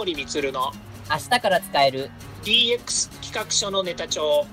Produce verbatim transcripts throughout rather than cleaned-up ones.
森充の明日から使えるディーエックス 企画書のネタ帳。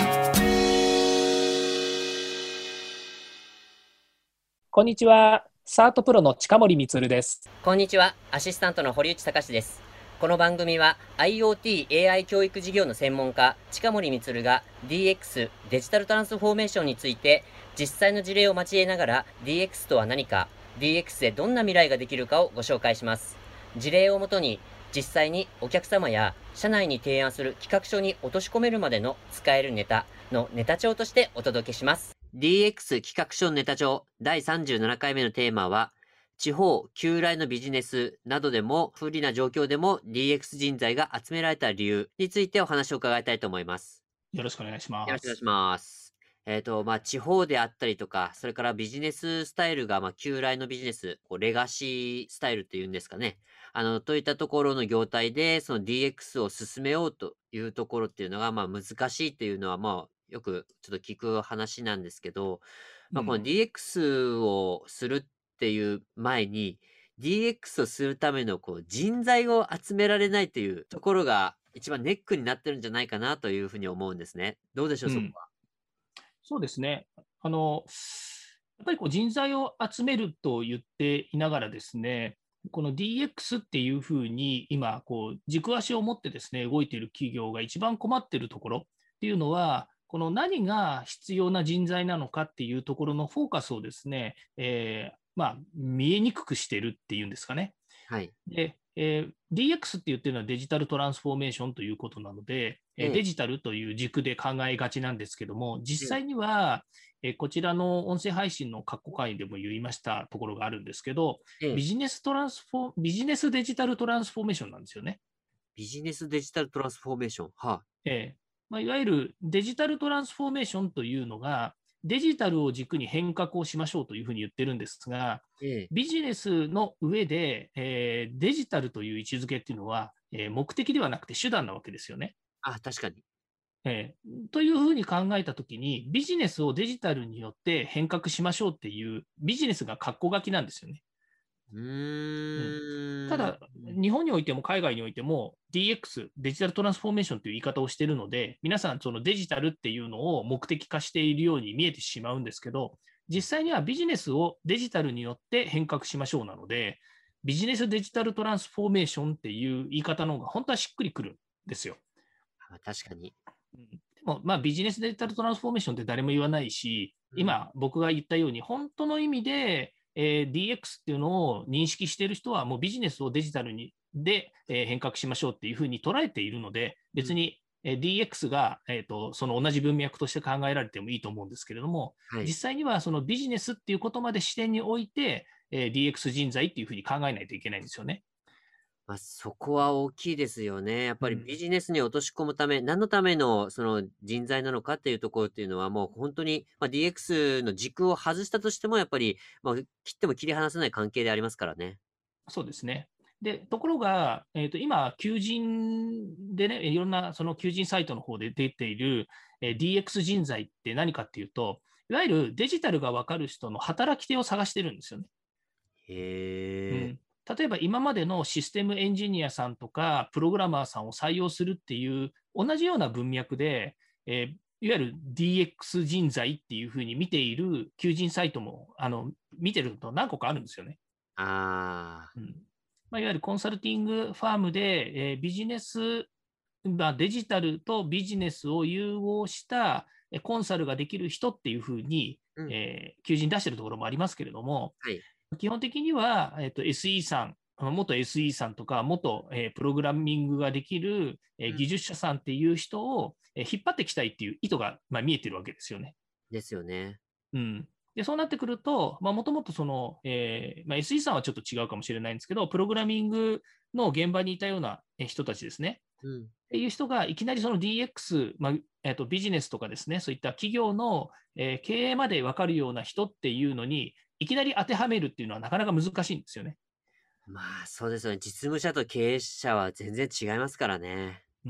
こんにちは、サートプロの近森充です。 こんにちは、アシスタントの堀内隆です。この番組は IoT、エーアイ 教育事業の専門家、近森充が ディーエックス、デジタルトランスフォーメーションについて実際の事例を交えながら ディーエックス とは何か、ディーエックス でどんな未来ができるかをご紹介します。事例をもとに実際にお客様や社内に提案する企画書に落とし込めるまでの使えるネタのネタ帳としてお届けします。ディーエックス 企画書ネタ帳だいさんじゅうななかいめのテーマは、地方、旧来のビジネスなどでも不利な状況でも ディーエックス 人材が集められた理由についてお話を伺いたいと思います。 よろしくお願いしよろしくお願いします。 ます。えっと、まあ、地方であったりとか、それからビジネススタイルが、まあ、旧来のビジネス、こうレガシースタイルっていうんですかね。あの、といったところの業態で、その ディーエックス を進めようというところっていうのが、まあ、難しいっていうのは、まあ、よくちょっと聞く話なんですけど、まあ、このうん、 ディーエックス をするっていう前に、ディーエックス をするためのこう人材を集められないというところが一番ネックになってるんじゃないかなというふうに思うんですね。どうでしょう、そこうん、 は。 そうですね。あの、やっぱりこう人材を集めると言っていながらですね、この ディーエックス っていうふうに今、こう軸足を持ってですね、動いている企業が一番困っているところっていうのは、この何が必要な人材なのかっていうところのフォーカスをですね、えーまあ、見えにくくしてるっていうんですかね。 はい。 で、えー ディーエックス って言ってるのはデジタルトランスフォーメーションということなので、えーデええ、 ジタルという軸で考えがちなんですけども、 ええ、 実際には、えーこちらの音声配信の過去回でも言いましたところがあるんですけど、 ええ。 ビジネストランスフォー、ビジネスデジタルトランスフォーメーションなんですよね。 ビジネスデジタルトランスフォーメーション。はえーまあ、いわゆるデジタルトランスフォーメーションというのが、デジタルを軸に変革をしましょうというふうに言ってるんですが、 い。ええ。 ビジネスの上で、えーデジタルという位置づけっていうのは、えー目的ではなくて手段なわけですよね。 あ、確かに。 えーというふうに考えたときに、ビジネスをデジタルによって変革しましょうっていうビジネスが格好書きなんですよね。 ううん、 ーん。 ただ、日本においても海外においても ディーエックス、デジタルトランスフォーメーションという言い方をしているので、皆さんそのデジタルっていうのを目的化しているように見えてしまうんですけど、実際にはビジネスをデジタルによって変革しましょうなので、ビジネスデジタルトランスフォーメーションっていう言い方の方が本当はしっくりくるんですよ。 あ、確かに。 うんでも、まあ、ビジネスデジタルトランスフォーメーションって誰も言わないし、 うん。 今、僕が言ったように、本当の意味で、えー ディーエックス っていうのを認識している人は、もうビジネスをデジタルにで、えー変革しましょうっていうふうに捉えているので、 うん。 別に、えー ディーエックス が、えーと、その同じ文脈として考えられてもいいと思うんですけれども、 はい。 実際にはそのビジネスっていうことまで視点に置いて、えー ディーエックス 人材っていうふうに考えないといけないんですよね。 まあ、そこは大きいですよね。やっぱりビうん、 ジネスに落とし込むため、何のためのその人材なのかっていうところっていうのは、もう本当に、まあ、ディーエックス の軸を外したとしても、やっぱり、まあ、切っても切り離せない関係でありますからね。 そうですね。で、ところが、えーと、今、求人でね、いろんなその求人サイトの方で出ている、えー ディーエックス 人材って何かっていうと、いわゆるデジタルが分かる人の働き手を探してるんですよね。うへえ。 ん、例えば今までのシステムエンジニアさんとか、プログラマーさんを採用するっていう、同じような文脈で、えーいわゆる ディーエックス 人材っていうふうに見ている求人サイトもあの見てると何個かあるんですよね。 ああ、 うんまあ、いわゆるコンサルティングファームで、えービジネス、まあ、デジタルとビジネスを融合したえーコンサルができる人っていうふうに、 うん、 えー求人出してるところもありますけれども、 はい。 基本的には、えーと、エスイー さん、元 エスイー さんとか、元、えープログラミングができる、えうん、 ー技術者さんっていう人を、えー引っ張っていきたいっていう意図が、まあ、見えてるわけですよね。 ですよね。 うん、でそうなってくると、もともとその、えーまあ、エスイー さんはちょっと違うかもしれないんですけど、プログラミングの現場にいたような人たちですね。 うん。 っていう人がいきなりその ディーエックス、まあえー、とビジネスとかですね、そういった企業の、えー経営まで分かるような人っていうのに、いきなり当てはめるっていうのはなかなか難しいんですよね。 まあ、そうですよね。実務者と経営者は全然違いますからね。 うん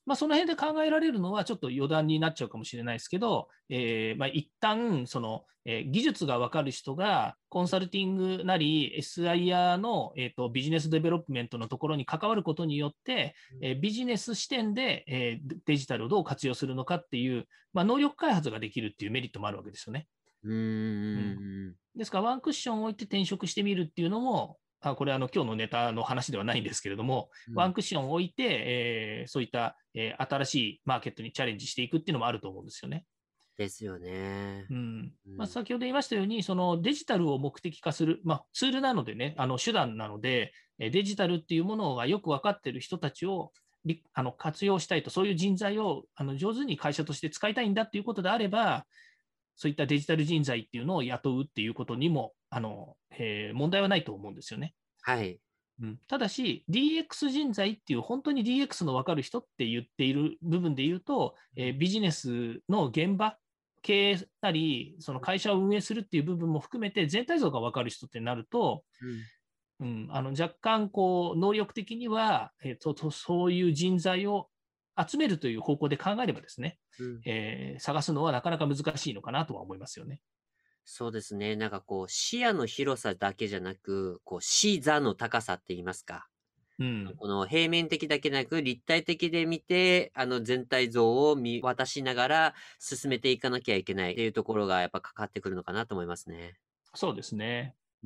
まあ、その辺で考えられるのは、ちょっと余談になっちゃうかもしれないですけど、えーまあ、一旦その、えー技術が分かる人が、コンサルティングなり、エスアイ アーの、えーと、ビジネスデベロップメントのところに関わることによって、えービジネス視点で、えーデジタルをどう活用するのかっていう、まあ、能力開発ができるっていうメリットもあるわけですよね。 うーうん、 ん。 ですから、ワンクッションを置いて転職してみるっていうのも、あこれあの、今日のネタの話ではないんですけれども、 うん。 ワンクッションを置いて、えーそういった、えー新しいマーケットにチャレンジしていくっていうのもあると思うんですよね。 ですよね。 うんまあ、 うん。 先ほど言いましたように、そのデジタルを目的化する、まあ、ツールなのでね、あの手段なので、えデジタルっていうものがよく分かっている人たちをりあの活用したいと、そういう人材をあの上手に会社として使いたいんだっていうことであれば、そういったデジタル人材っていうのを雇うっていうことにも、あのえー問題はないと思うんですよね。 はい。 うん、ただし、ディーエックス 人材っていう、本当に ディーエックス の分かる人って言っている部分で言うと、えービジネスの現場、経営なり、その会社を運営するっていう部分も含めて、全体像が分かる人ってなると、 うん。 うん、あの若干こう、能力的には、えーと、とそういう人材を集めるという方向で考えればですね、 うん。 えー探すのはなかなか難しいのかなとは思いますよね。 そうですね。なんかこう、視野の広さだけじゃなく、こう、視座の高さって言いますか。 うん、 この平面的だけなく、立体的で見て、あの全体像を見渡しながら進めていかなきゃいけないっていうところがやっぱかかってくるのかなと思いますね。 そうですね。 うん。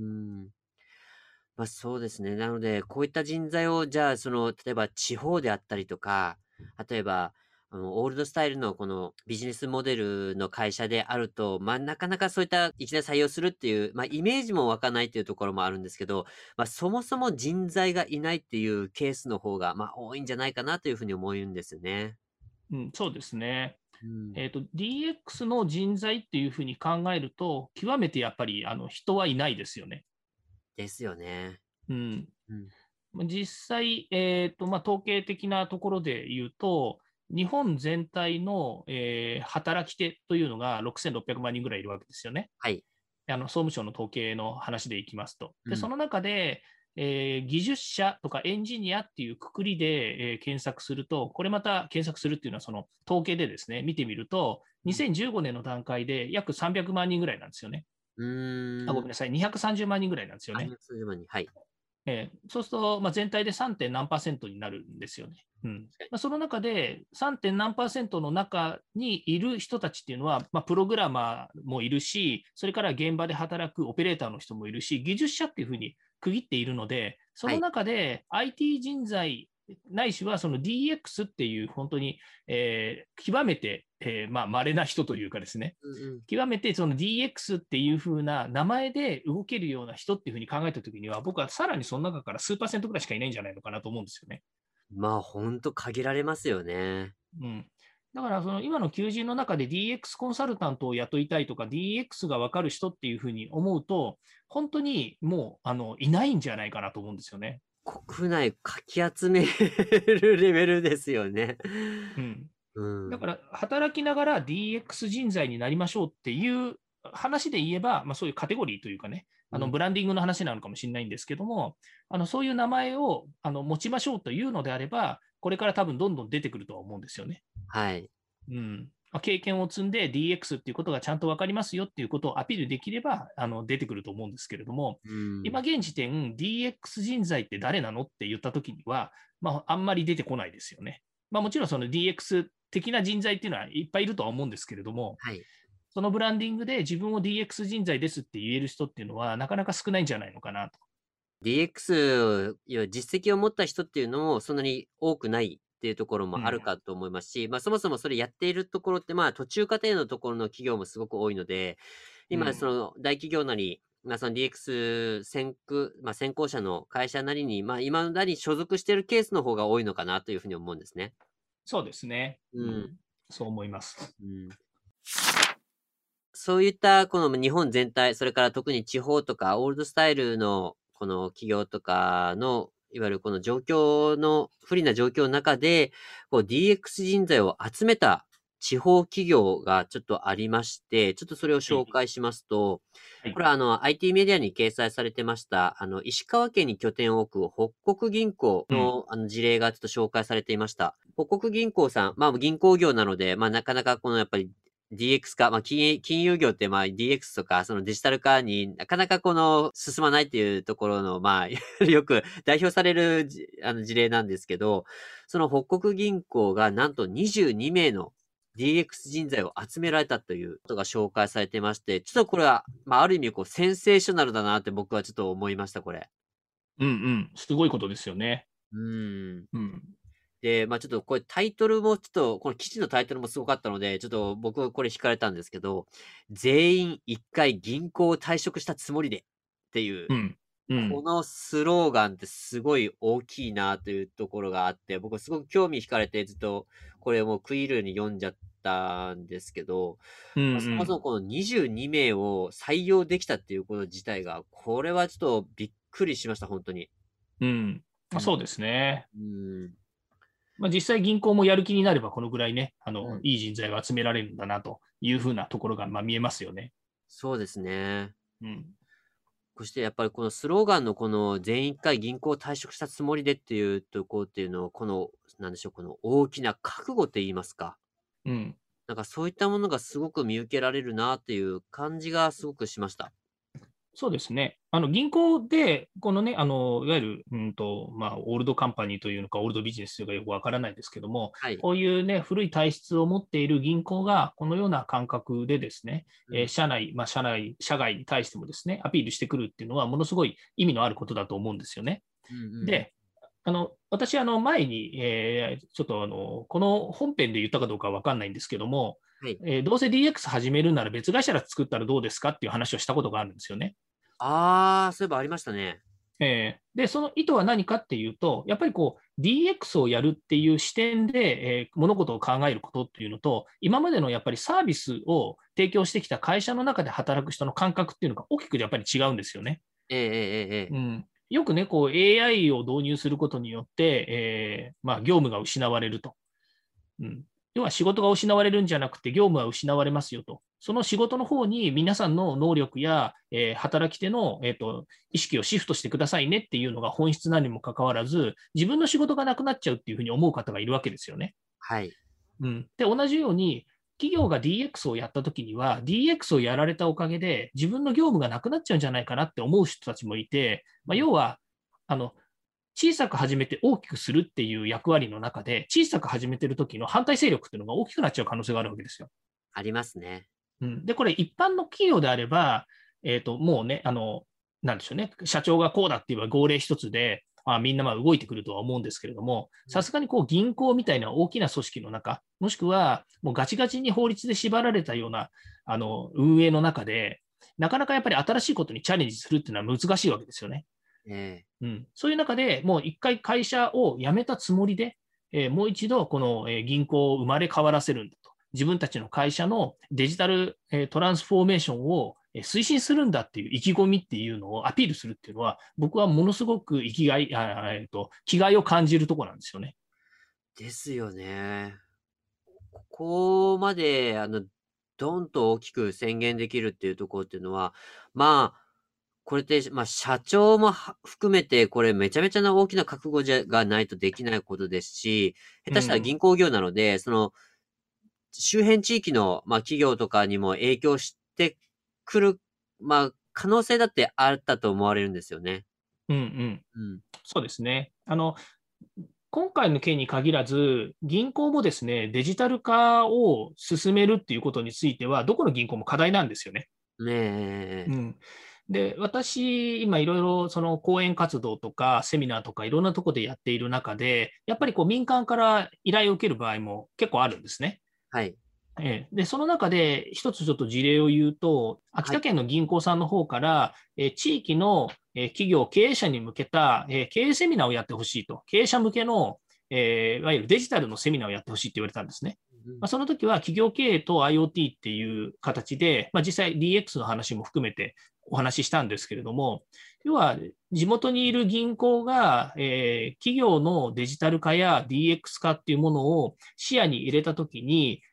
まあそうですね。なので、こういった人材を、じゃあ、その、例えば地方であったりとか、例えば、あの、オールドスタイルのこのビジネスモデルの会社であると、まあなかなかそういったいきなり採用するっていう、まあイメージも湧かないっていうところもあるんですけど、まあそもそも人材がいないっていうケースの方が、まあ多いんじゃないかなというふうに思うんですよね。 うん、そうですね。 うん。 えーと、ディーエックス の人材っていうふうに考えると、極めてやっぱりあの人はいないですよね。 ですよね。 うん、 うん。 実際、えーとまあ、統計的なところで言うと、日本全体の、えー働き手というのがろくせんろっぴゃくまん人ぐらいいるわけですよね。 はい。 あの総務省の統計の話でいきますと。で、そうん。 の中で、えー技術者とかエンジニアっていうくくりで、えー検索すると、これまた検索するっていうのは、その統計でですね、見てみると、 うん。 にせんじゅうごねんの段階で約さんびゃくまん人ぐらいなんですよね。 うあ、ごーん。 めんなさい、にひゃくさんじゅうまん人ぐらいなんですよあ、 ね。 数十万人。はい。 えーそうすると、まあ、全体で さん. 点何パーセントになるんですよね。うんまあ、その中で さん. 点何パーセントの中にいる人たちっていうのは、まあ、プログラマーもいるし、それから現場で働くオペレーターの人もいるし、技術者っていうふうに区切っているので、そのはい。 中で アイティー 人材ないしはその ディーエックス っていう本当に、えー極めて、えーまあ、稀な人というかですね、 うんうん。 極めてその ディーエックス っていう風な名前で動けるような人っていう風に考えたときには、僕はさらにその中から数パーセントぐらいしかいないんじゃないのかなと思うんですよね。 まあ、ほんと限られますよね。 うん。だからその今の求人の中で ディーエックス コンサルタントを雇いたいとか ディーエックス が分かる人っていう風に思うと、本当にもうあのいないんじゃないかなと思うんですよね。 国内かき集めるレベルですよね。 うん。 うん。 だから働きながら ディーエックス 人材になりましょうっていう話で言えば、まあ、そういうカテゴリーというかね、あのうん。 ブランディングの話なのかもしれないんですけども、あのそういう名前をあの持ちましょうというのであれば、これから多分どんどん出てくるとは思うんですよね。 はい。 うんまあ経験を積んで ディーエックス っていうことがちゃんと分かりますよっていうことをアピールできればあの出てくると思うんですけれども、 うん。 今現時点 ディーエックス 人材って誰なのって言ったときには、まあ、あんまり出てこないですよね。まあ、もちろんその ディーエックス 的な人材っていうのはいっぱいいるとは思うんですけれども、 はい。 そのブランディングで自分を ディーエックス 人材ですって言える人っていうのはなかなか少ないんじゃないのかなと。 ディーエックス や実績を持った人っていうのもそんなに多くないっていうところうん、 もあるかと思いますし、まあそもそもそれやっているところってまあ途中過程のところの企業もすごく多いので、今そうん、 の大企業なり、まあその ディーエックス 先駆、まあ先行者の会社なりに、まあ今だに所属しているケースの方が多いのかなというふうに思うんですね。 そうですね、 うん。 うん。そう思います。 うん。そういったこの日本全体、それから特に地方とかオールドスタイルのこの企業とかの、いわゆるこの状況の、不利な状況の中で、こう ディーエックス 人材を集めた地方企業がちょっとありまして、ちょっとそれを紹介しますと、 はい。 これはあの アイティー メディアに掲載されてました、あの石川県に拠点を置く北国銀行うん。 のあの事例がちょっと紹介されていました。北国銀行さん、まあ銀行業なので、まあなかなかこのやっぱり ディーエックス 化、まあ金、金融業ってまあ ディーエックス とかそのデジタル化になかなかこの進まないっていうところの、まあよく代表されるじあの事例なんですけど、その北国銀行がなんとにじゅうにめいの ディーエックス 人材を集められたということが紹介されてまして、ちょっとこれは、まあ、ある意味こう、センセーショナルだなって僕はちょっと思いました、これ。 うんうん。すごいことですよね。 うーん。 うん。 で、まあちょっとこれタイトルもちょっと、この記事のタイトルもすごかったので、ちょっと僕これ惹かれたんですけど、全員一回銀行を退職したつもりでっていう、 うん。うん。 このスローガンってすごい大きいなというところがあって、僕すごく興味惹かれてずっとこれもう食い入るように読んじゃったんですけど、 うんうまあ、そもそもん。 このにじゅうにめいを採用できたっていうこと自体が、これはちょっとびっくりしました、本当に。 うん。まあ、 うん。 そうですね。 うん。 まあ、実際銀行もやる気になれば、このぐらいね、あの、 うん。 いい人材が集められるんだなというふうなところが、まあ、見えますよね。 そうですね。 うん。 そしてやっぱりこのスローガンのこの全員一回銀行を退職したつもりでっていうところっていうのを、この、なんでしょう、この大きな覚悟って言いますか。 うん。 なんかそういったものがすごく見受けられるなっていう感じがすごくしました。 そうですね。あの銀行で、このね、あのいわゆる、うんとまあ、オールドカンパニーというのか、オールドビジネスというかよくわからないですけども、 はい。 こういうね、古い体質を持っている銀行が、このような感覚でですね、えーうん。 社内、まあ、社内、社外に対してもですね、アピールしてくるっていうのは、ものすごい意味のあることだと思うんですよね。 うんうんうん。 で、あの私、あの前に、えーちょっとあのこの本編で言ったかどうかわかんないんですけども、 はい。 えーどうせ ディーエックス 始めるなら別会社で作ったらどうですかっていう話をしたことがあるんですよね。 ああ、そういえばありましたね。 えーで、その意図は何かっていうと、やっぱりこう ディーエックス をやるっていう視点で、えー物事を考えることっていうのと、今までのやっぱりサービスを提供してきた会社の中で働く人の感覚っていうのが大きくやっぱり違うんですよね。 ええええええ。 うん、よくね、こう エーアイ を導入することによって、えーまあ、業務が失われると。うん、要は仕事が失われるんじゃなくて、業務は失われますよと。その仕事の方に皆さんの能力や、えー働き手の、えーと、意識をシフトしてくださいねっていうのが本質なにもかかわらず、自分の仕事がなくなっちゃうっていうふうに思う方がいるわけですよね。 はい。 うん、で、同じように、企業が ディーエックス をやったときには、ディーエックス をやられたおかげで、自分の業務がなくなっちゃうんじゃないかなって思う人たちもいて、まあ、 うん。 要は、あの、小さく始めて大きくするっていう役割の中で、小さく始めてる時の反対勢力っていうのが大きくなっちゃう可能性があるわけですよ。 ありますね。 うん、で、これ一般の企業であれば、えーと、もうね、あの、なんでしょうね、社長がこうだって言えば号令一つで、まあ、みんなまあ動いてくるとは思うんですけれども、 うん。 さすがにこう銀行みたいな大きな組織の中、もしくはもうガチガチに法律で縛られたようなあの運営の中で、なかなかやっぱり新しいことにチャレンジするっていうのは難しいわけですよね。 ええ。 うん、そういう中でもう一回会社を辞めたつもりで、えーもう一度この、えー銀行を生まれ変わらせるんだと。自分たちの会社のデジタル、えートランスフォーメーションをえー推進するんだっていう意気込みっていうのをアピールするっていうのは、僕はものすごく生きがい、あえーと、気概を感じるところなんですよね。 ですよね。ここまで、あの、ドンと大きく宣言できるっていうところっていうのは、まあ、これって、まあ、社長もは含めて、これめちゃめちゃな大きな覚悟じゃがないとできないことですし、下手したらうん、 銀行業なので、その、周辺地域の、まあ、企業とかにも影響してくる、まあ、可能性だってあったと思われるんですよね。 うん、うん。 うん。 そうですね。あの、今回の件に限らず、銀行もですね、デジタル化を進めるっていうことについては、どこの銀行も課題なんですよね。 ねえええええ。 うん、で、私、今いろいろその講演活動とかセミナーとかいろんなところでやっている中で、やっぱりこう民間から依頼を受ける場合も結構あるんですね。 はい。 ええ、で、その中で一つちょっと事例を言うと、秋はい。 田県の銀行さんの方から、え地域の、え企業、経営者に向けた、え経営セミナーをやってほしいと、経営者向けの、えいわゆるデジタルのセミナーをやってほしいって言われたんですね。 うん。 まあ、その時は企業経営と アイオーティー っていう形で、まあ、実際 ディーエックス の話も含めてお話ししたんですけれども、要は地元にいる銀行が、えー企業のデジタル化や ディーエックス 化っていうものを視野に入れたときに、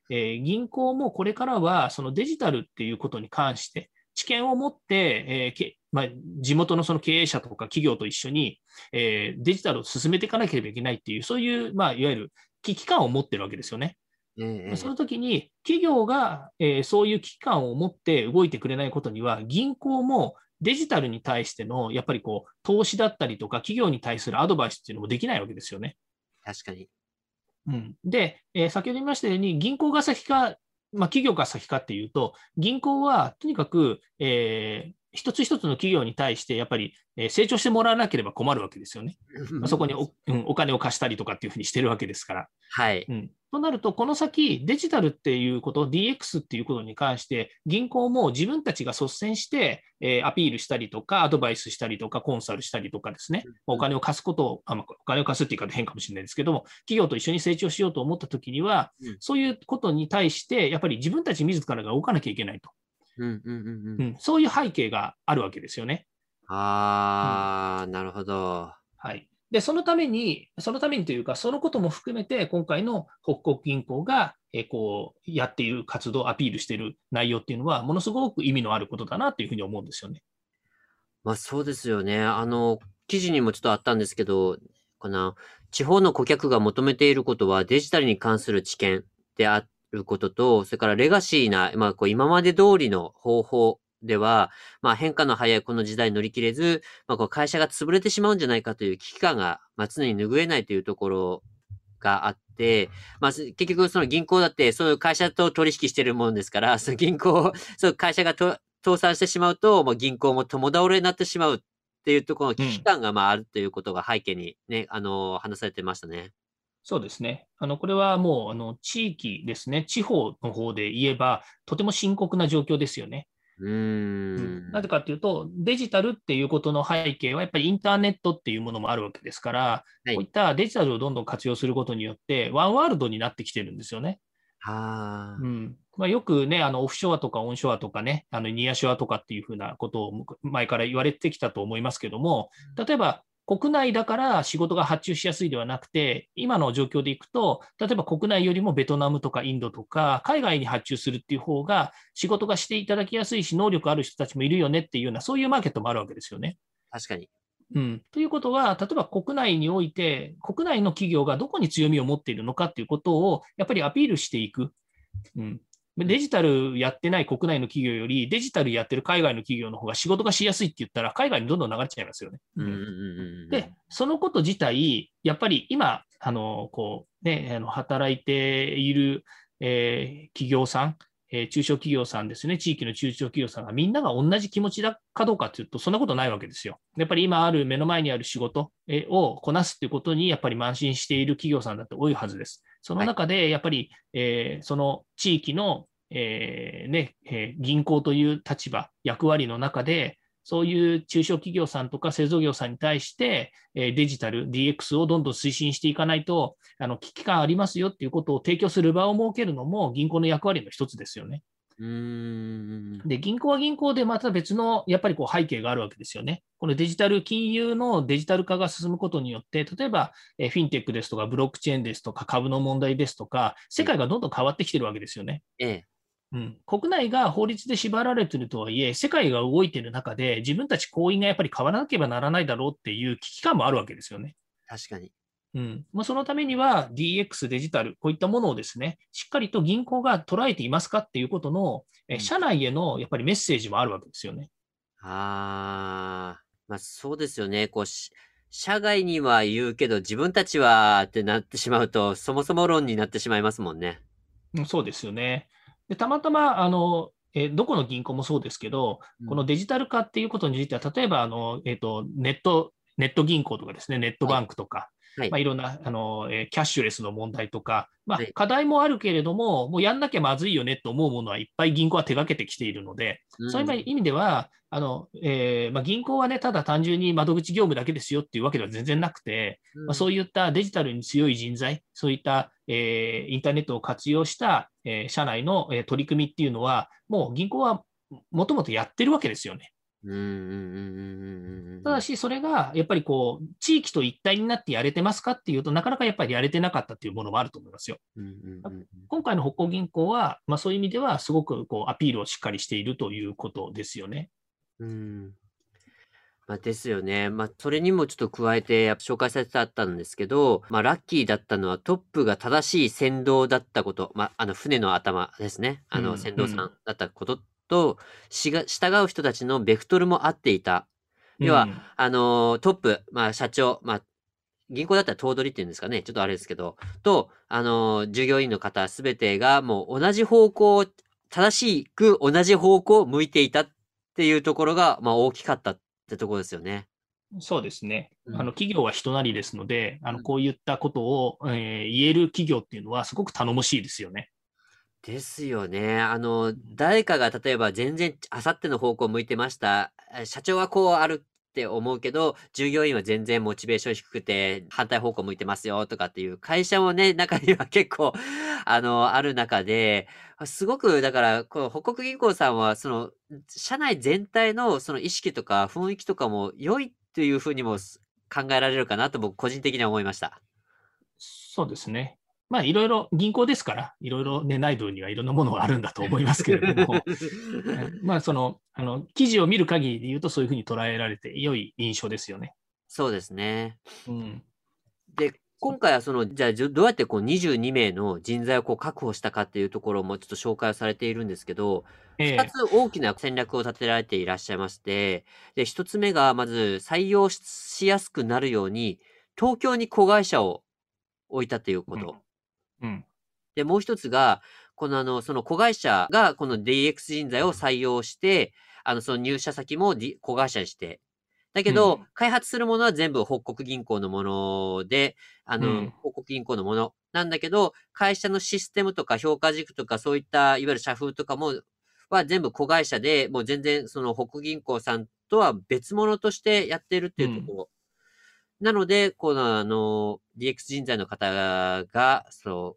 えー銀行もこれからはそのデジタルっていうことに関して知見を持って、えーけまあ、地元のその経営者とか企業と一緒に、えーデジタルを進めていかなければいけないっていう、そういう、まあ、いわゆる危機感を持ってるわけですよね。 えそえ、 の時に企業が、えーそういう危機感を持って動いてくれないことには、銀行もデジタルに対してのやっぱりこう投資だったりとか、企業に対するアドバイスっていうのもできないわけですよね。 確かに。 うん、で、えー先ほど言いましたように、銀行が先か、まあ、企業が先かっていうと、銀行はとにかく、えー一つ一つの企業に対して、やっぱり、えー成長してもらわなければ困るわけですよね。まあ、そこにお、うん、お金を貸したりとかっていうふうにしてるわけですから。 はい。 うん、となると、この先、デジタルっていうこと、ディーエックス っていうことに関して、銀行も自分たちが率先して、えーアピールしたりとか、アドバイスしたりとか、コンサルしたりとかですね、お金を貸すことを、あまあ、お金を貸すっていう言い方変かもしれないですけども、企業と一緒に成長しようと思ったときには、 うんそういうことに対して、やっぱり自分たち自らが動かなきゃいけないと、 うんうんうんうん。 うん、そういう背景があるわけですよね。うん、 ああ、なるほど。 はい。で、そのために、そのためにというか、そのことも含めて、今回の北国銀行が、えーこう、やっている活動、アピールしている内容っていうのは、ものすごく意味のあることだなというふうに思うんですよね。 まあそうですよね。あの、記事にもちょっとあったんですけど、かな、地方の顧客が求めていることはデジタルに関する知見であることと、それからレガシーな、まあこう今まで通りの方法では、まあ変化の早いこの時代に乗り切れず、まあこう会社が潰れてしまうんじゃないかという危機感が、まあ常に拭えないというところがあって、まあ、結局その銀行だってそういう会社と取引してるもんですから、その銀行、そういう会社がと倒産してしまうと、もう銀行も共倒れになってしまうっていうところの危機うん。 感がまああるということが背景にね、あの、話されてましたね。 そうですね。あの、これはもう、あの、地域ですね。地方の方で言えば、とても深刻な状況ですよね。 うーうん、なぜん。 かというと、デジタルっていうことの背景は、やっぱりインターネットっていうものもあるわけですから、 はい。 こういったデジタルをどんどん活用することによって、ワンワールドになってきてるんですよね。 はあ。 うんまあ、よくね、あのオフショアとかオンショアとかね、あのニアショアとかっていうふうなことを前から言われてきたと思いますけども、例えば国内だから仕事が発注しやすいではなくて、今の状況でいくと、例えば国内よりもベトナムとかインドとか、海外に発注するっていう方が仕事がしていただきやすいし、能力ある人たちもいるよねっていうような、そういうマーケットもあるわけですよね。 確かに。 うん、ということは、例えば国内において、国内の企業がどこに強みを持っているのかっていうことを、やっぱりアピールしていく。うん、 うん。 デジタルやってない国内の企業より、デジタルやってる海外の企業の方が仕事がしやすいって言ったら、海外にどんどん流れちゃいますよね。 うんうんううん、で、 んうんうん。 そのこと自体、やっぱり今、あのこうね、あの働いている、えー企業さん、えー中小企業さんですね、地域の中小企業さんがみんなが同じ気持ちだかどうかというと、そんなことないわけですよ。やっぱり今ある目の前にある仕事をこなすということに、やっぱり慢心している企業さんだって多いはずです。そのはい。 中で、やっぱり、えーその地域の、えーねえー銀行という立場、役割の中で、そういう中小企業さんとか製造業さんに対して、えーデジタル、ディーエックス をどんどん推進していかないと、あの危機感ありますよっていうことを提供する場を設けるのも銀行の役割の一つですよね。 うーん。 で、銀行は銀行でまた別のやっぱりこう背景があるわけですよね。このデジタル金融のデジタル化が進むことによって、例えばえフィンテックですとか、ブロックチェーンですとか、株の問題ですとか、世はい。 界がどんどん変わってきてるわけですよね。 ええ。 うん、国内が法律で縛られているとはいえ、世界が動いている中で、自分たち行員がやっぱり変わらなければならないだろうっていう危機感もあるわけですよね。 確かに。 うんまあ、そのためには ディーエックス、デジタル、こういったものをですね、しっかりと銀行が捉えていますかっていうことの、 うん。 え社内へのやっぱりメッセージもあるわけですよね。 ああ、ま、そうですよね。こう、し社外には言うけど、自分たちはってなってしまうと、そもそも論になってしまいますもんね。 うん、そうですよね。でたまたまあの、えどこの銀行もそうですけど、 うん。 このデジタル化っていうことについては、例えばあの、えーと、ネット、ネット銀行とかですね、ネットはい。 バンクとか、 はい。 まあ、いろんなあの、えーキャッシュレスの問題とか、まあ、 はい。 課題もあるけれども、もうやんなきゃまずいよねと思うものはいっぱい銀行は手がけてきているので、 うそういうん。 意味では、あのえーまあ、銀行はね、ただ単純に窓口業務だけですよっていうわけでは全然なくて、まあ、 うん。 そういったデジタルに強い人材、そういった、えーインターネットを活用した、えー社内の、えー取り組みっていうのは、もう銀行はもともとやってるわけですよね。 うんうんうんうんうんうん。 ただし、それがやっぱりこう、地域と一体になってやれてますかっていうと、なかなかやっぱりやれてなかったっていうものもあると思いますよ。 うんうんうん今回の北方銀行は、まあ、そういう意味では、すごくこうアピールをしっかりしているということですよね。 うん。うんまあ、ですよね。まあ、それにもちょっと加えて、やっぱ紹介されてあったんですけど、まあ、ラッキーだったのはトップが正しい船頭だったこと、まあ、あの、船の頭ですね。あの、 うん、 船頭さんうん、 だったことと、しが従う人たちのベクトルも合っていた。要は、 うん、 あの、トップ、まあ、社長、まあ、銀行だったら頭取っていうんですかね。ちょっとあれですけど、と、あの、従業員の方すべてがもう同じ方向、正しく同じ方向を向いていたっていうところが、まあ、大きかったってところですよね。 そうですね。 うん。 あの企業は人なりですので、あうん。 のこういったことを、えー言える企業っていうのは、すごく頼もしいですよね。 ですよね。あの、誰かが例えば全然あさっての方向を向いてました。あ社長はこうあるって思うけど、従業員は全然モチベーション低くて反対方向向いてますよとかっていう会社もね、中には結構、あの、ある中で、すごくだから、この北国銀行さんは、その、社内全体のその意識とか雰囲気とかも良いっていうふうにもす考えられるかなと僕個人的には思いました。 そうですね。まあ、いろいろ銀行ですから、いろいろ、ね、内部にはいろんなものがあるんだと思いますけれども、えまあ、その、あの、記事を見る限りで言うと、そういうふうに捉えられて良い印象ですよね。 そうですね。 うん。 で、今回はその、じゃあ、じょどうやってこうにじゅうに名の人材をこう確保したかっていうところもちょっと紹介をされているんですけど、2つええ、 大きな戦略を立てられていらっしゃいまして、で、ひとつめがまず採用ししやすくなるように、東京に子会社を置いたというこうん、 と。 うん、 で、もう一つが、このあの、その子会社がこの ディーエックス 人材を採用して、あの、その入社先も、D、子会社にして、だけど、 うん、 開発するものは全部北国銀行のもので、あの、 うん、 北国銀行のものなんだけど、会社のシステムとか評価軸とかそういったいわゆる社風とかも、は全部子会社で、もう全然その北国銀行さんとは別物としてやっているってうん。 いうところ。なので、このあの、ディーエックス 人材の方が、そう、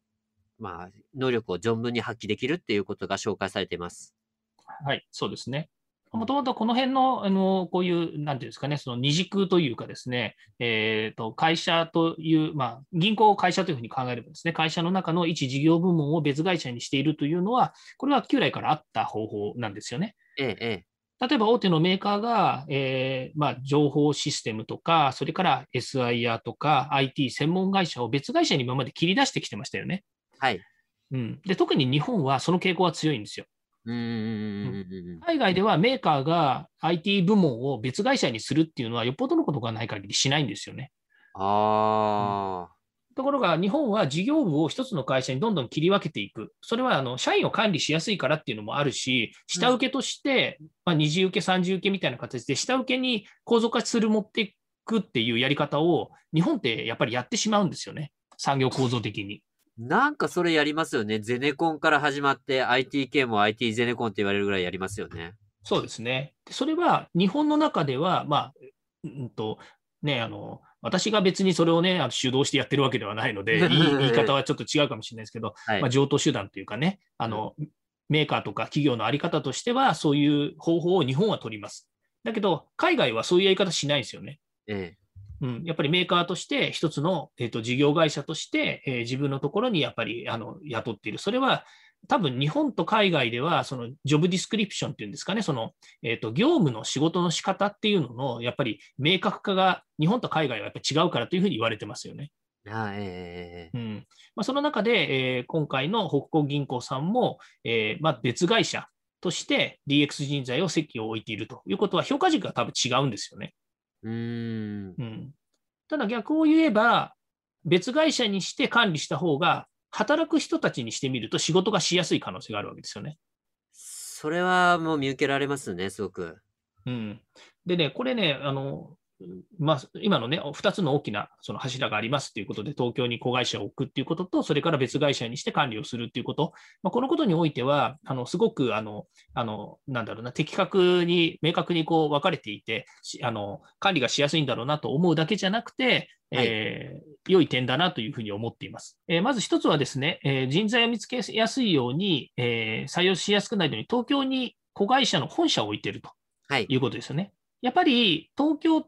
まあ、能力を存分に発揮できるっていうことが紹介されています。 はい、そうですね。 うん。 もともとこの辺の、あの、こういう、なんていうんですかね、その二軸というかですね、えっと、会社という、まあ、銀行を会社というふうに考えればですね、会社の中の一事業部門を別会社にしているというのは、これは旧来からあった方法なんですよね。 ええ、ええ。 例えば大手のメーカーが、えーまあ、情報システムとか、それから エスアイアール とか アイティー 専門会社を別会社に今まで切り出してきてましたよね。 はい。 うん、で特に日本はその傾向は強いんですよ。 うんうんうん、 うんうんうんうん。 海外ではメーカーが アイティー 部門を別会社にするっていうのはよっぽどのことがない限りしないんですよね。うん、 ああ。 ところが日本は事業部を一つの会社にどんどん切り分けていく。それはあの社員を管理しやすいからっていうのもあるし、 うん。 下請けとして、まあ、二次受け、三次受けみたいな形で下請けに構造化する持っていくっていうやり方を日本ってやっぱりやってしまうんですよね。産業構造的に。 なんかそれやりますよね。ゼネコンから始まって アイティー 系も アイティー ゼネコンって言われるぐらいやりますよね。 そうですね。それは日本の中では、まあ、うんと、ね、あの、私が別にそれをね、主導してやってるわけではないので、いい言い方はちょっと違うかもしれないですけど、 はい。 まあ、上等手段というかね、あうん。 の、メーカーとか企業のあり方としては、そういう方法を日本は取ります。だけど、海外はそういうやり方しないんですよね。 ええ。 うん、やっぱりメーカーとして一つの、えーと、事業会社として、えー自分のところにやっぱりあの雇っている。それは多分日本と海外ではそのジョブディスクリプションっていうんですかね、その、えーと、業務の仕事の仕方っていうののやっぱり明確化が日本と海外はやっぱり違うからというふうに言われてますよね。 ああ、ええええええ。 うんまあ、その中で、えー今回の北国銀行さんも、えーまあ、別会社として ディーエックス 人材を席を置いているということは評価軸が多分違うんですよね。 うーん。 うん、ただ逆を言えば、別会社にして管理した方が、働く人たちにしてみると仕事がしやすい可能性があるわけですよね。 それはもう見受けられますね、すごく。 うん、でね、これね、あのまあ、今のね、ふたつの大きなその柱がありますということで、東京に子会社を置くっていうことと、それから別会社にして管理をするっていうこと、まあ、このことにおいては、あのすごくあのあのなんだろうな、的確に、明確にこう分かれていてあの、管理がしやすいんだろうなと思うだけじゃなくて、 はい。 えー、良い点だなというふうに思っています。えー、まず一つはですね、えー、人材を見つけやすいように、えー、採用しやすくなるように、東京に子会社の本社を置いていると。 はい。 いうことですよね。やっぱり東京って、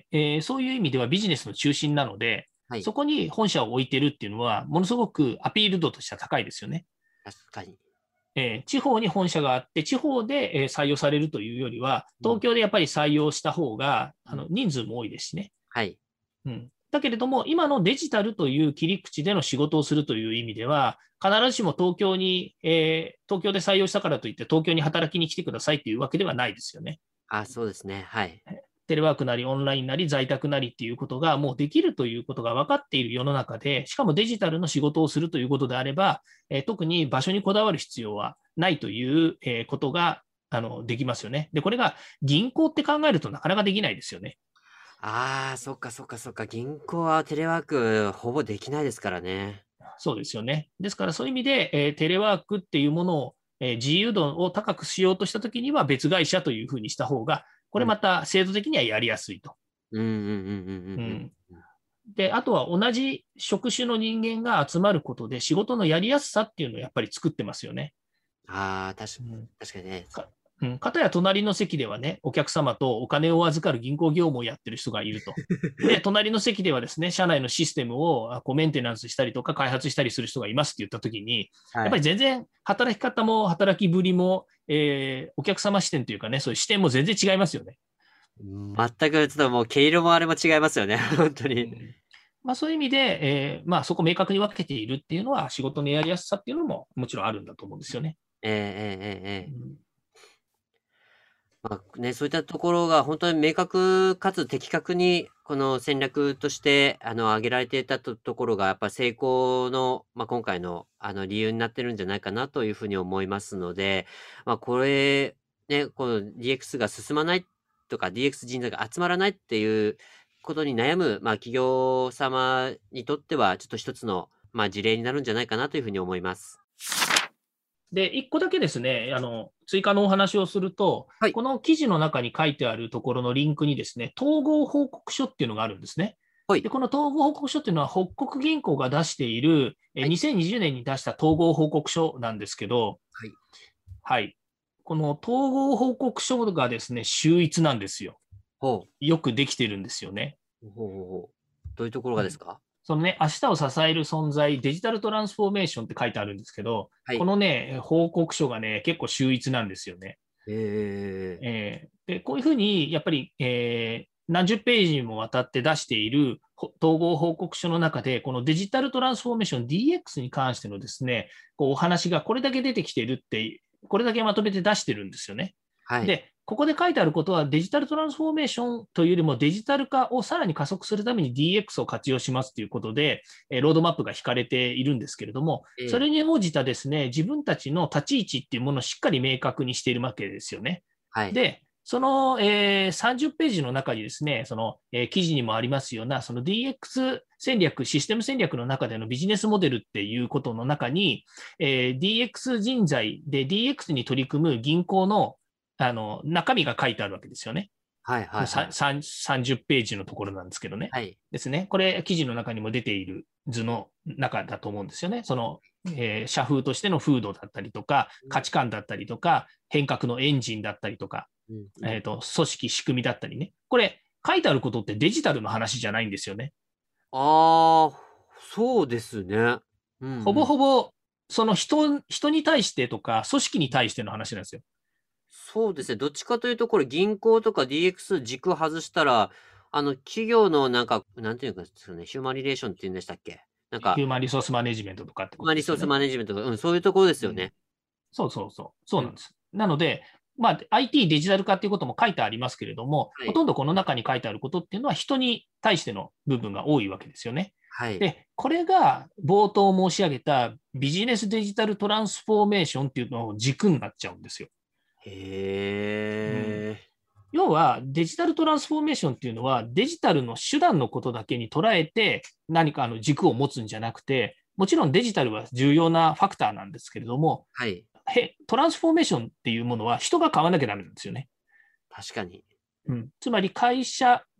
えーそういう意味ではビジネスの中心なので、 はい。 そこに本社を置いてるっていうのは、ものすごくアピール度としては高いですよね。 確かに。 えー地方に本社があって、地方で、えー採用されるというよりは、 うん。 東京でやっぱり採用した方がうん。 あの人数も多いですしね。 はい。 うん、だけれども、今のデジタルという切り口での仕事をするという意味では、必ずしも東京に、えー東京で採用したからといって、東京に働きに来てくださいというわけではないですよね。 あ、そうですね。はい。 テレワークなりオンラインなり在宅なりっていうことがもうできるということが分かっている世の中で、しかもデジタルの仕事をするということであれば、えー特に場所にこだわる必要はないという、えーことがあのできますよね。で、これが銀行って考えるとなかなかできないですよね。 ああ、そっかそっかそっか。銀行はテレワークほぼできないですからね。 そうですよね。ですからそういう意味で、えーテレワークっていうものを、えー自由度を高くしようとしたときには別会社というふうにした方が、こうん。 れまた制度的にはやりやすいと。 うんうんうんうんうんうん、 うん。 で、あとは同じ職種の人間が集まることで仕事のやりやすさっていうのをやっぱり作ってますよね。 ああ、確か、 うん、 確かにね。 かうん、かたや隣の席ではね、お客様とお金を預かる銀行業務をやってる人がいると。で、隣の席ではですね、社内のシステムをこうメンテナンスしたりとか開発したりする人がいますって言ったときに、やっぱりはい。 全然働き方も働きぶりも、えーお客様視点というかね、そういう視点も全然違いますよね。 全くちょっともう毛色もあれも違いますよね。本当に。 うんまあ、そういう意味で、えーまあ、そこを明確に分けているっていうのは、仕事のやりやすさっていうのももちろんあるんだと思うんですよね。 ええええええ。 うん、 まあね、そういったところが本当に明確かつ的確にこの戦略としてあの挙げられていたとところがやっぱ成功の、まあ、今回のあの理由になってるんじゃないかなというふうに思いますので、まあ、これ、ね、この ディーエックス が進まないとか ディーエックス 人材が集まらないっていうことに悩む、まあ、企業様にとってはちょっと一つの、まあ、事例になるんじゃないかなというふうに思います。 で、一個だけですね、あの、追加のお話をすると、 はい。 この記事の中に書いてあるところのリンクにですね、統合報告書っていうのがあるんですね。 はい。 で、この統合報告書っていうのは、北国銀行が出している、えはい。 にせんにじゅうねんに出した統合報告書なんですけど、 はい。 はい。この統合報告書がですね、秀逸なんですよ。 ほう。 よくできてるんですよね。 ほうほうほう。どういうところがうん、 ですか？ そのね、明日を支える存在、デジタルトランスフォーメーションって書いてあるんですけど、 はい。 このね、報告書がね、結構秀逸なんですよね。 ええ。 えー、でこういうふうに、やっぱり、えー何十ページにもわたって出している統合報告書の中で、このデジタルトランスフォーメーション ディーエックス に関してのですね、こうお話がこれだけ出てきているって、これだけまとめて出してるんですよね。 はい。 で、ここで書いてあることは、デジタルトランスフォーメーションというよりも、デジタル化をさらに加速するために ディーエックス を活用しますということで、ロードマップが引かれているんですけれども、 ええ。 それに応じたですね、自分たちの立ち位置っていうものをしっかり明確にしているわけですよね。 はい。 で、その、えーさんじゅっページの中にですね、その、えー記事にもありますような、その ディーエックス 戦略、システム戦略の中でのビジネスモデルっていうことの中に、えー ディーエックス 人材で ディーエックス に取り組む銀行のあの中身が書いてあるわけですよね。 はいはいはい。 さんじゅっページのところなんですけどね。 はい。 ですね。これ、記事の中にも出ている図の中だと思うんですよね。その、えー社風としての風土だったりとか、 うん、 価値観だったりとか、変革のエンジンだったりとか、 うん、うん。 えーと、組織、仕組みだったりね。これ、書いてあることってデジタルの話じゃないんですよね。 ああ、そうですね。うんうほぼん。 ほぼ、その人、人に対してとか、組織に対しての話なんですよ。 そうですね。どっちかというと、これ銀行とか ディーエックス 軸外したら、あの、企業のなんか、なんていうかですかね、ヒューマンリレーションっていうんでしたっけ？なんか、 ヒューマンリソースマネジメントとかってこまあ、リソースとですよね。 マネジメントとか、うん、そういうところですうん。 よね。 そうそうそう。そうん。 うなんです。なので、まあ、アイティー デジタル化っていうことも書いてありますけれども、 はい。 ほとんどこの中に書いてあることっていうのは人に対しての部分が多いわけですよね。 はい。 で、これが冒頭申し上げたビジネスデジタルトランスフォーメーションっていうのを軸になっちゃうんですよ。 へうん、 え。 要はデジタルトランスフォーメーションっていうのはデジタルの手段のことだけに捉えて何かあの軸を持つんじゃなくて、もちろんデジタルは重要なファクターなんですけれども、 はい。 トランスフォーメーションっていうものは人が変わらなきゃダメなんですよね。 確かに。 うん、つまり会社が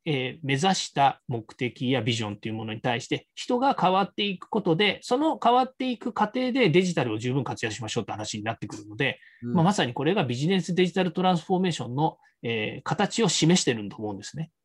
えー目指した目的やビジョンというものに対して人が変わっていくことで、その変わっていく過程でデジタルを十分活用しましょうって話になってくるので、 うんまあ、まさにこれがビジネスデジタルトランスフォーメーションの、えー形を示していると思うんですね。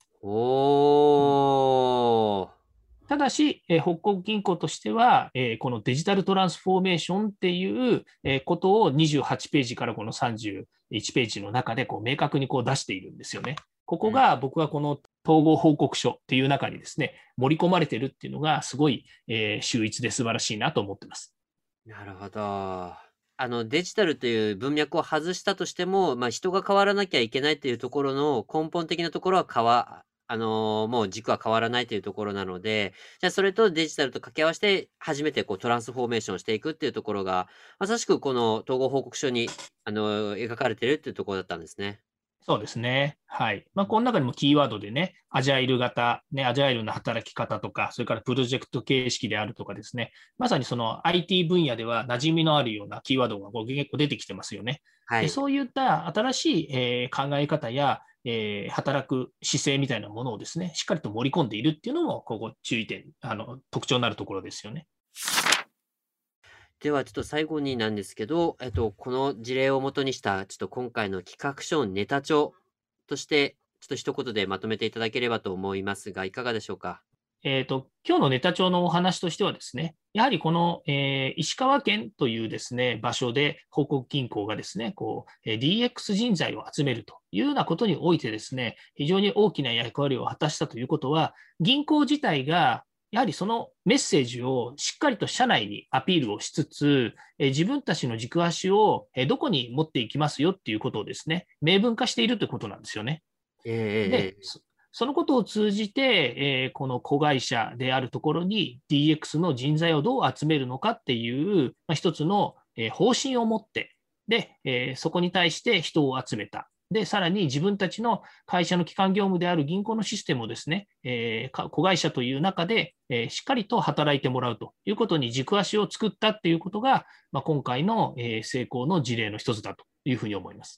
おー。 ただし、えー北国銀行としては、えーこのデジタルトランスフォーメーションっていう、えーことをにじゅうはちページからこのさんじゅういちページの中でこう明確にこう出しているんですよね。ここが僕はこの統合報告書っていう中にですね、盛り込まれてるっていうのがすごい、えー秀逸で素晴らしいなと思ってます。 なるほど。あの、デジタルという文脈を外したとしても、まあ、人が変わらなきゃいけないというところの根本的なところは変わ、あのーもう軸は変わらないというところなので、じゃあそれとデジタルと掛け合わせて初めてこうトランスフォーメーションしていくっていうところが、まさしくこの統合報告書に、あのー描かれてるっていうところだったんですね。 そうですね。はい。まあ、この中にもキーワードでね、アジャイル型、ね、アジャイルな働き方とか、それからプロジェクト形式であるとかですね、まさにその アイティー 分野では馴染みのあるようなキーワードがこう結構出てきてますよね。 はい。 でそういった新しい、えー考え方や、えー働く姿勢みたいなものをですね、しっかりと盛り込んでいるっていうのも、ここ注意点、あの特徴になるところですよね。 では、ちょっと最後になんですけど、えっと、この事例をもとにした、ちょっと今回の企画書ネタ帳として、ちょっと一言でまとめていただければと思いますが、いかがでしょうか。 えーと、今日のネタ帳のお話としてはですね、やはりこの、えー石川県というですね、場所で、北国銀行がですね、こう、えー ディーエックス 人材を集めるというようなことにおいてですね、非常に大きな役割を果たしたということは、銀行自体が、やはりそのメッセージをしっかりと社内にアピールをしつつ、えー自分たちの軸足をえーどこに持っていきますよっていうことをですね、明文化しているということなんですよね。 えええで、 ええそそのことを通じて、えーこの子会社であるところに ディーエックス の人材をどう集めるのかっていう、まあ、一つの、えー方針を持って、で、えーそこに対して人を集めた。で、さらに自分たちの会社の基幹業務である銀行のシステムをですね、えーか子会社という中で、えーしっかりと働いてもらうということに軸足を作ったっていうことが、まあ、今回の、えー成功の事例の一つだというふうに思います。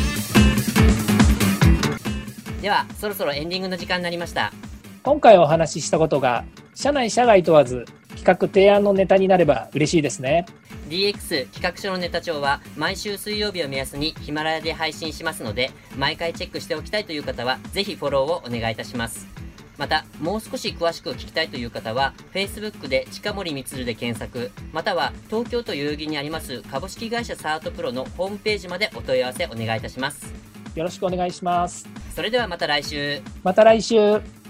では、そろそろエンディングの時間になりました。 今回お話ししたことが社内社外問わず企画提案のネタになれば嬉しいですね。 ディーエックス 企画書のネタ帳は毎週水曜日を目安にヒマラヤで配信しますので、毎回チェックしておきたいという方はぜひフォローをお願いいたします。また、もう少し詳しく聞きたいという方は Facebook で近森光で検索、または東京都代々木にあります株式会社サートプロのホームページまでお問い合わせお願いいたします。 よろしくお願いします。 それではまた来週。 また来週。